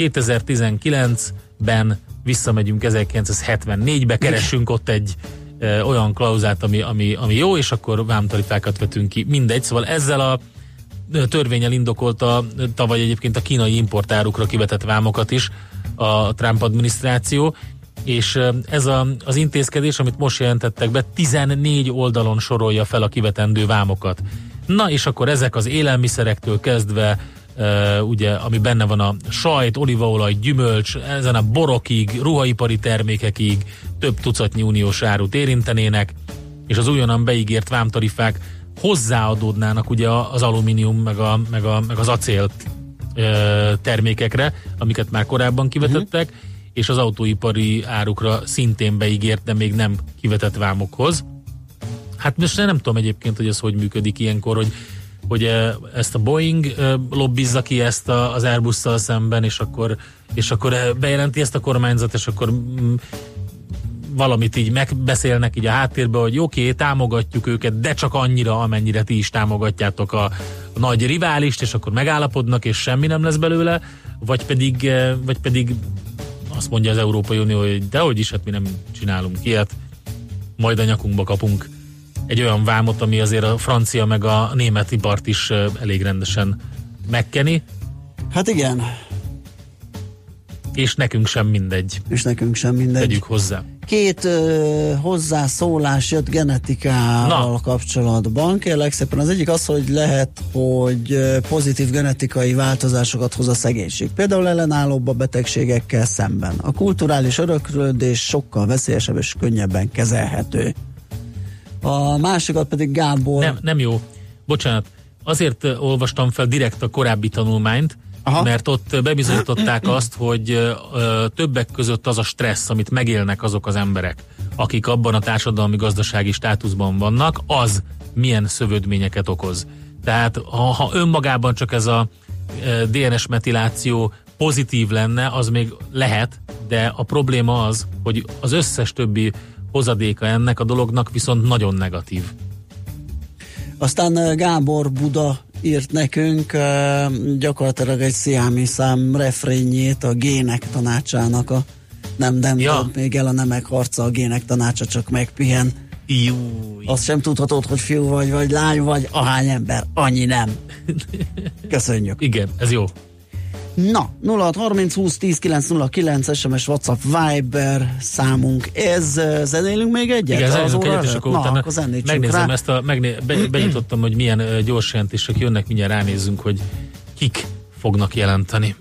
kétezer-tizenkilencben visszamegyünk ezerkilencszázhetvennégybe, keresünk ott egy e, olyan klauzát, ami, ami, ami jó, és akkor vámtarifákat vetünk ki. Mindegy, szóval ezzel a törvénnyel indokolta tavaly egyébként a kínai importárukra kivetett vámokat is a Trump adminisztráció, és ez a, az intézkedés, amit most jelentettek be, tizennégy oldalon sorolja fel a kivetendő vámokat. Na, és akkor ezek az élelmiszerektől kezdve, uh, ugye, ami benne van a sajt, olívaolaj, gyümölcs, ezen a borokig, ruhaipari termékekig több tucatnyi uniós árut érintenének, és az újonnan beígért vámtarifák hozzáadódnának ugye az alumínium, meg, a, meg, a, meg az acél termékekre, amiket már korábban kivetettek, uh-huh. és az autóipari árukra szintén beígért, de még nem kivetett vámokhoz. Hát most nem tudom egyébként, hogy ez hogy működik ilyenkor, hogy, hogy ezt a Boeing lobbizza ki ezt a, az Airbus-szal szemben, és akkor, és akkor bejelenti ezt a kormányzat, és akkor mm, valamit így megbeszélnek így a háttérben, hogy oké, okay, támogatjuk őket, de csak annyira, amennyire ti is támogatjátok a, a nagy riválist, és akkor megállapodnak, és semmi nem lesz belőle, vagy pedig, vagy pedig azt mondja az Európai Unió, hogy dehogy is, hát mi nem csinálunk ilyet, majd a nyakunkba kapunk egy olyan vámot, ami azért a francia meg a német ipart is elég rendesen megkeni. Hát igen. És nekünk sem mindegy. És nekünk sem mindegy. Tegyük hozzá. Két ö, hozzászólás jött genetikával Na. kapcsolatban. Kérlek szépen, az egyik az, hogy lehet, hogy pozitív genetikai változásokat hoz a szegénység. Például ellenállóbb a betegségekkel szemben. A kulturális öröklődés sokkal veszélyesebb és könnyebben kezelhető. A másikat pedig Gábor... Nem, nem jó. Bocsánat. Azért olvastam fel direkt a korábbi tanulmányt, Aha. mert ott bebizonyították azt, hogy ö, többek között az a stressz, amit megélnek azok az emberek, akik abban a társadalmi-gazdasági státuszban vannak, az milyen szövődményeket okoz. Tehát ha, ha önmagában csak ez a e, dé en es metiláció pozitív lenne, az még lehet, de a probléma az, hogy az összes többi hozadéka ennek a dolognak viszont nagyon negatív. Aztán Gábor Buda írt nekünk uh, gyakorlatilag egy sziámi szám refrényét a gének tanácsának, a nem, nem ja. Tudom, még el a nemek harca, a gének tanácsa csak megpihen. Júj. Azt sem tudhatod, hogy fiú vagy, vagy lány vagy, ahány ember, annyi nem. Köszönjük. Igen, ez jó. Na, nulla hat harminc húsz tíz kilenc nulla kilenc es em es, WhatsApp, Viber számunk. Ez, zenélünk még egyet? Igen, zenélünk egyet, és akkor Na, utána akkor megnézem rá. ezt a, megné, be, benyitottam, hogy milyen uh, gyors jelentések jönnek, mindjárt ránézzünk, hogy kik fognak jelenteni.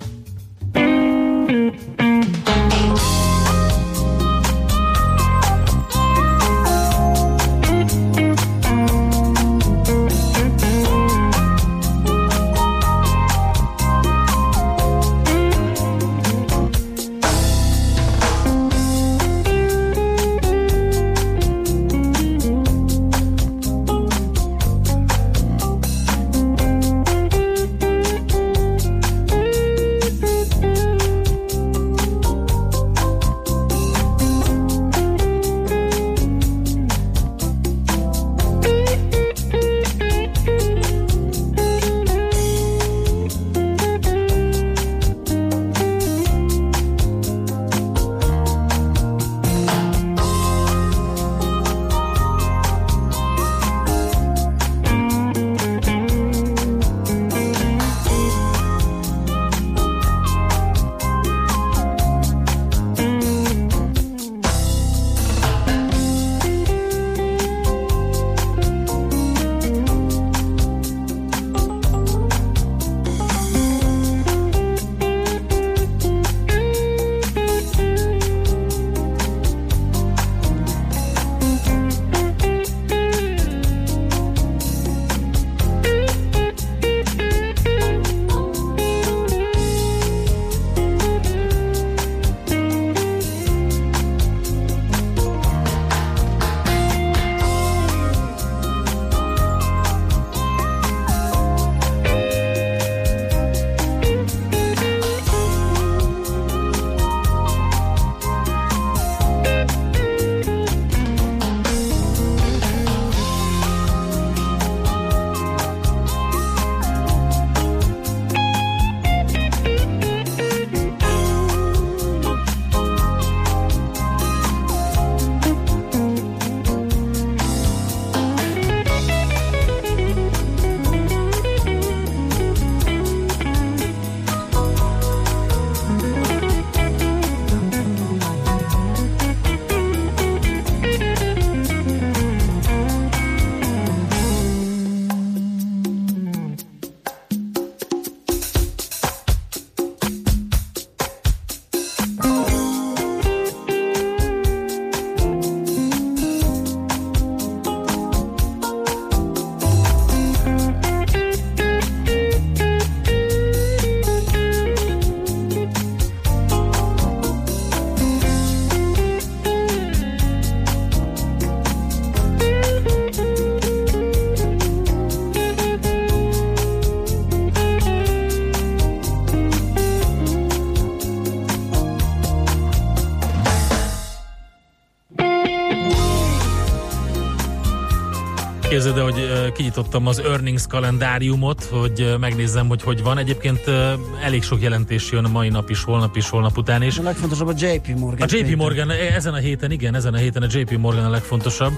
Képzeld, de hogy kinyitottam az earnings kalendáriumot, hogy megnézzem, hogy hogy van. Egyébként elég sok jelentés jön a mai nap is, holnap is, holnap után is. A legfontosabb a jé pé Morgan. A jé pé Morgan, ezen a héten, igen, ezen a héten a jé pé Morgan a legfontosabb.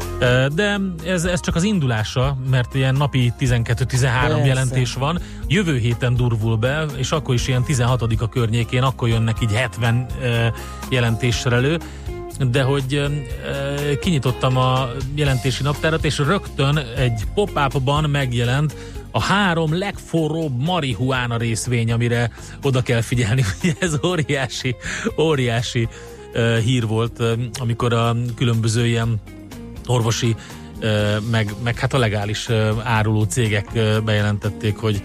De ez, ez csak az indulása, mert ilyen napi tizenkettő-tizenhárom jelentés van. Jövő héten durvul be, és akkor is ilyen tizenhatodika környékén, akkor jönnek így hetven jelentéssel elő. de hogy e, kinyitottam a jelentési naptárat, és rögtön egy pop-upban megjelent a három legforróbb marihuána részvény, amire oda kell figyelni. Ez óriási, óriási e, hír volt, amikor a különböző ilyen orvosi, e, meg, meg hát a legális e, áruló cégek e, bejelentették, hogy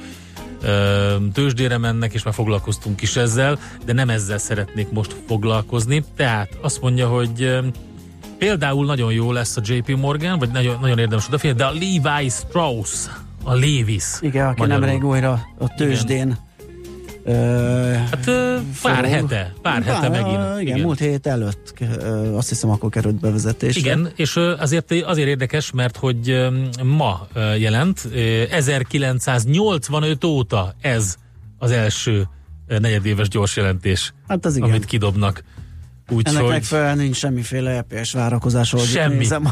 tőzsdére mennek, és már foglalkoztunk is ezzel, de nem ezzel szeretnék most foglalkozni. Tehát azt mondja, hogy például nagyon jó lesz a jé pé Morgan, vagy nagyon, nagyon érdemes odafigyelni, de a Levi Strauss, a Levis. Igen, aki nemrég újra a tőzsdén. Igen. Uh, hát uh, pár hete, pár hete pár, megint. Uh, igen, igen, múlt hét előtt uh, azt hiszem akkor került bevezetésre. Igen, és uh, azért, azért érdekes, mert hogy uh, ma uh, jelent, uh, ezerkilencszáznyolcvanöt óta ez az első uh, negyedéves gyors jelentés, hát az igen, amit kidobnak. Úgy, ennek hogy... megfelelően nincs semmiféle é pé es várakozás, hogy semmi. Nézem.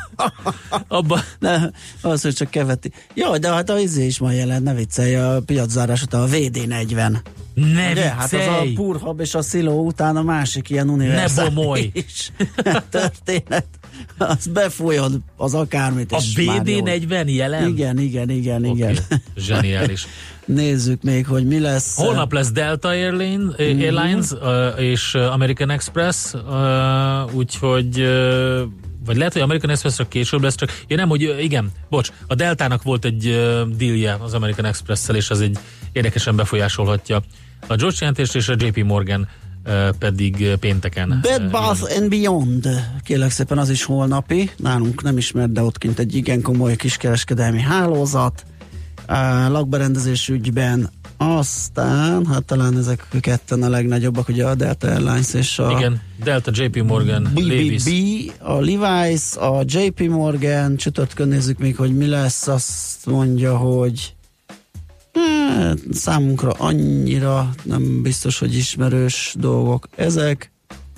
Abba... Ne, az, hogy csak keveti. Jó, de hát a izé is ma jelent, ne viccelj, a piaczárás után a vé dé negyven. Ne ugye? viccelj! Hát az a Purhab és a Sziló után a másik ilyen univerzális történet. Az befújod az akármit. A vé dé negyven jelen? Igen, igen, igen, okay. igen. Zseniális. Nézzük még, hogy mi lesz. Holnap lesz Delta Airline, Airlines mm-hmm. uh, és American Express, uh, úgyhogy uh, vagy lehet, hogy American Expressre később lesz, csak ja nem, hogy uh, igen, bocs, a Deltának volt egy uh, dealje az American Express-szel, és az egy érdekesen befolyásolhatja a gyors jelentést, és a jé pé Morgan uh, pedig uh, pénteken. Bed Bath uh, and Beyond, kérlek szépen, az is holnapi, nálunk nem ismert, de ott kint egy igen komoly kiskereskedelmi hálózat, Uh, lakberendezés ügyben, aztán, hát talán ezek ketten a legnagyobbak, ugye a Delta Airlines és a... Igen, Delta, jé pé Morgan, bé bé bé, Levis. a Levi's, a jé pé Morgan, csütörtökön nézzük még, hogy mi lesz, azt mondja, hogy hát, számunkra annyira nem biztos, hogy ismerős dolgok ezek.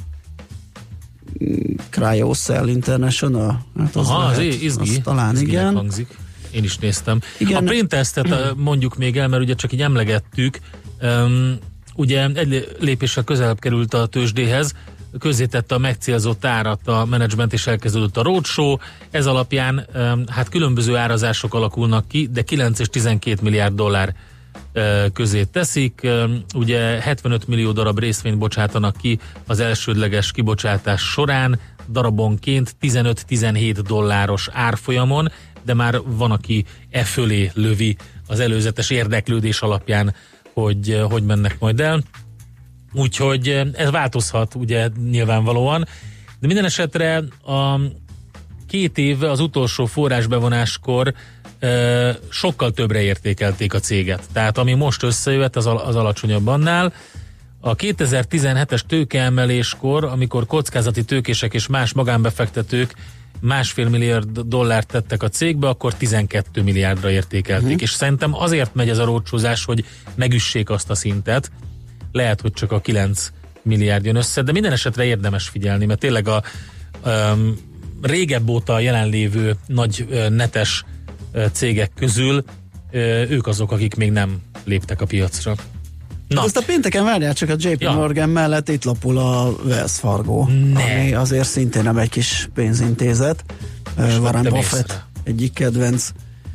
Cryocell International, hát az Aha, lehet, az izgi, az talán igen. Hangzik. Én is néztem. Igen. A Printestet mondjuk még el, mert ugye csak így emlegettük, um, ugye egy lépéssel közelebb került a tőzsdéhez, közzétette a megcélzott árat a menedzsment, és elkezdődött a roadshow. Ez alapján um, hát különböző árazások alakulnak ki, de kilenc és tizenkét milliárd dollár uh, közé teszik. Um, ugye hetvenöt millió darab részvényt bocsátanak ki az elsődleges kibocsátás során, darabonként tizenöt-tizenhét dolláros árfolyamon, de már van, aki e fölé lövi az előzetes érdeklődés alapján, hogy hogy mennek majd el. Úgyhogy ez változhat ugye nyilvánvalóan, de minden esetre a két év az utolsó forrásbevonáskor e, sokkal többre értékelték a céget. Tehát ami most összejöhet, az, az alacsonyabb annál. A kétezer-tizenhetes tőkeemeléskor, amikor kockázati tőkések és más magánbefektetők másfél milliárd dollárt tettek a cégbe, akkor tizenkét milliárdra értékelték. Uh-huh. És szerintem azért megy ez a rócsózás, hogy megüssék azt a szintet. Lehet, hogy csak a kilenc milliárd jön össze, de minden esetre érdemes figyelni, mert tényleg a um, régebb óta jelenlévő nagy uh, netes uh, cégek közül uh, ők azok, akik még nem léptek a piacra. Na. Ezt a pénteken várjál, csak a jé pé ja. Morgan mellett itt lapul a Wells Fargo, ne. ami azért szintén nem egy kis pénzintézet. Uh, Warren Buffett egyik kedvenc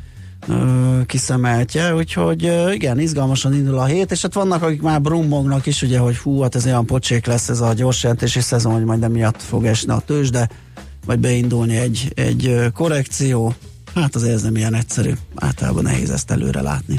uh, kiszemeltje, úgyhogy uh, igen, izgalmasan indul a hét, és hát vannak, akik már brummognak is, ugye, hogy hú, hát ez olyan pocsék lesz ez a gyors jelentési szezon, hogy majd emiatt fog esni a tőzsde, vagy beindulni egy, egy uh, korrekció. Hát azért ez nem ilyen egyszerű, általában nehéz ezt előre látni.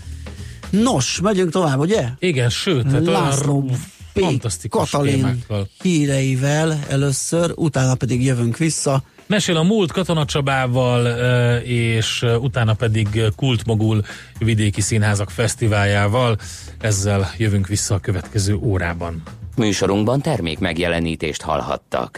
Nos, megyünk tovább, ugye? Igen, sőt, László P. Katalin híreivel először, utána pedig jövünk vissza. Mesél a múlt Katona Csabával, és utána pedig Kultmogul vidéki színházak fesztiváljával. Ezzel jövünk vissza a következő órában. Műsorunkban termék megjelenítést hallhattak.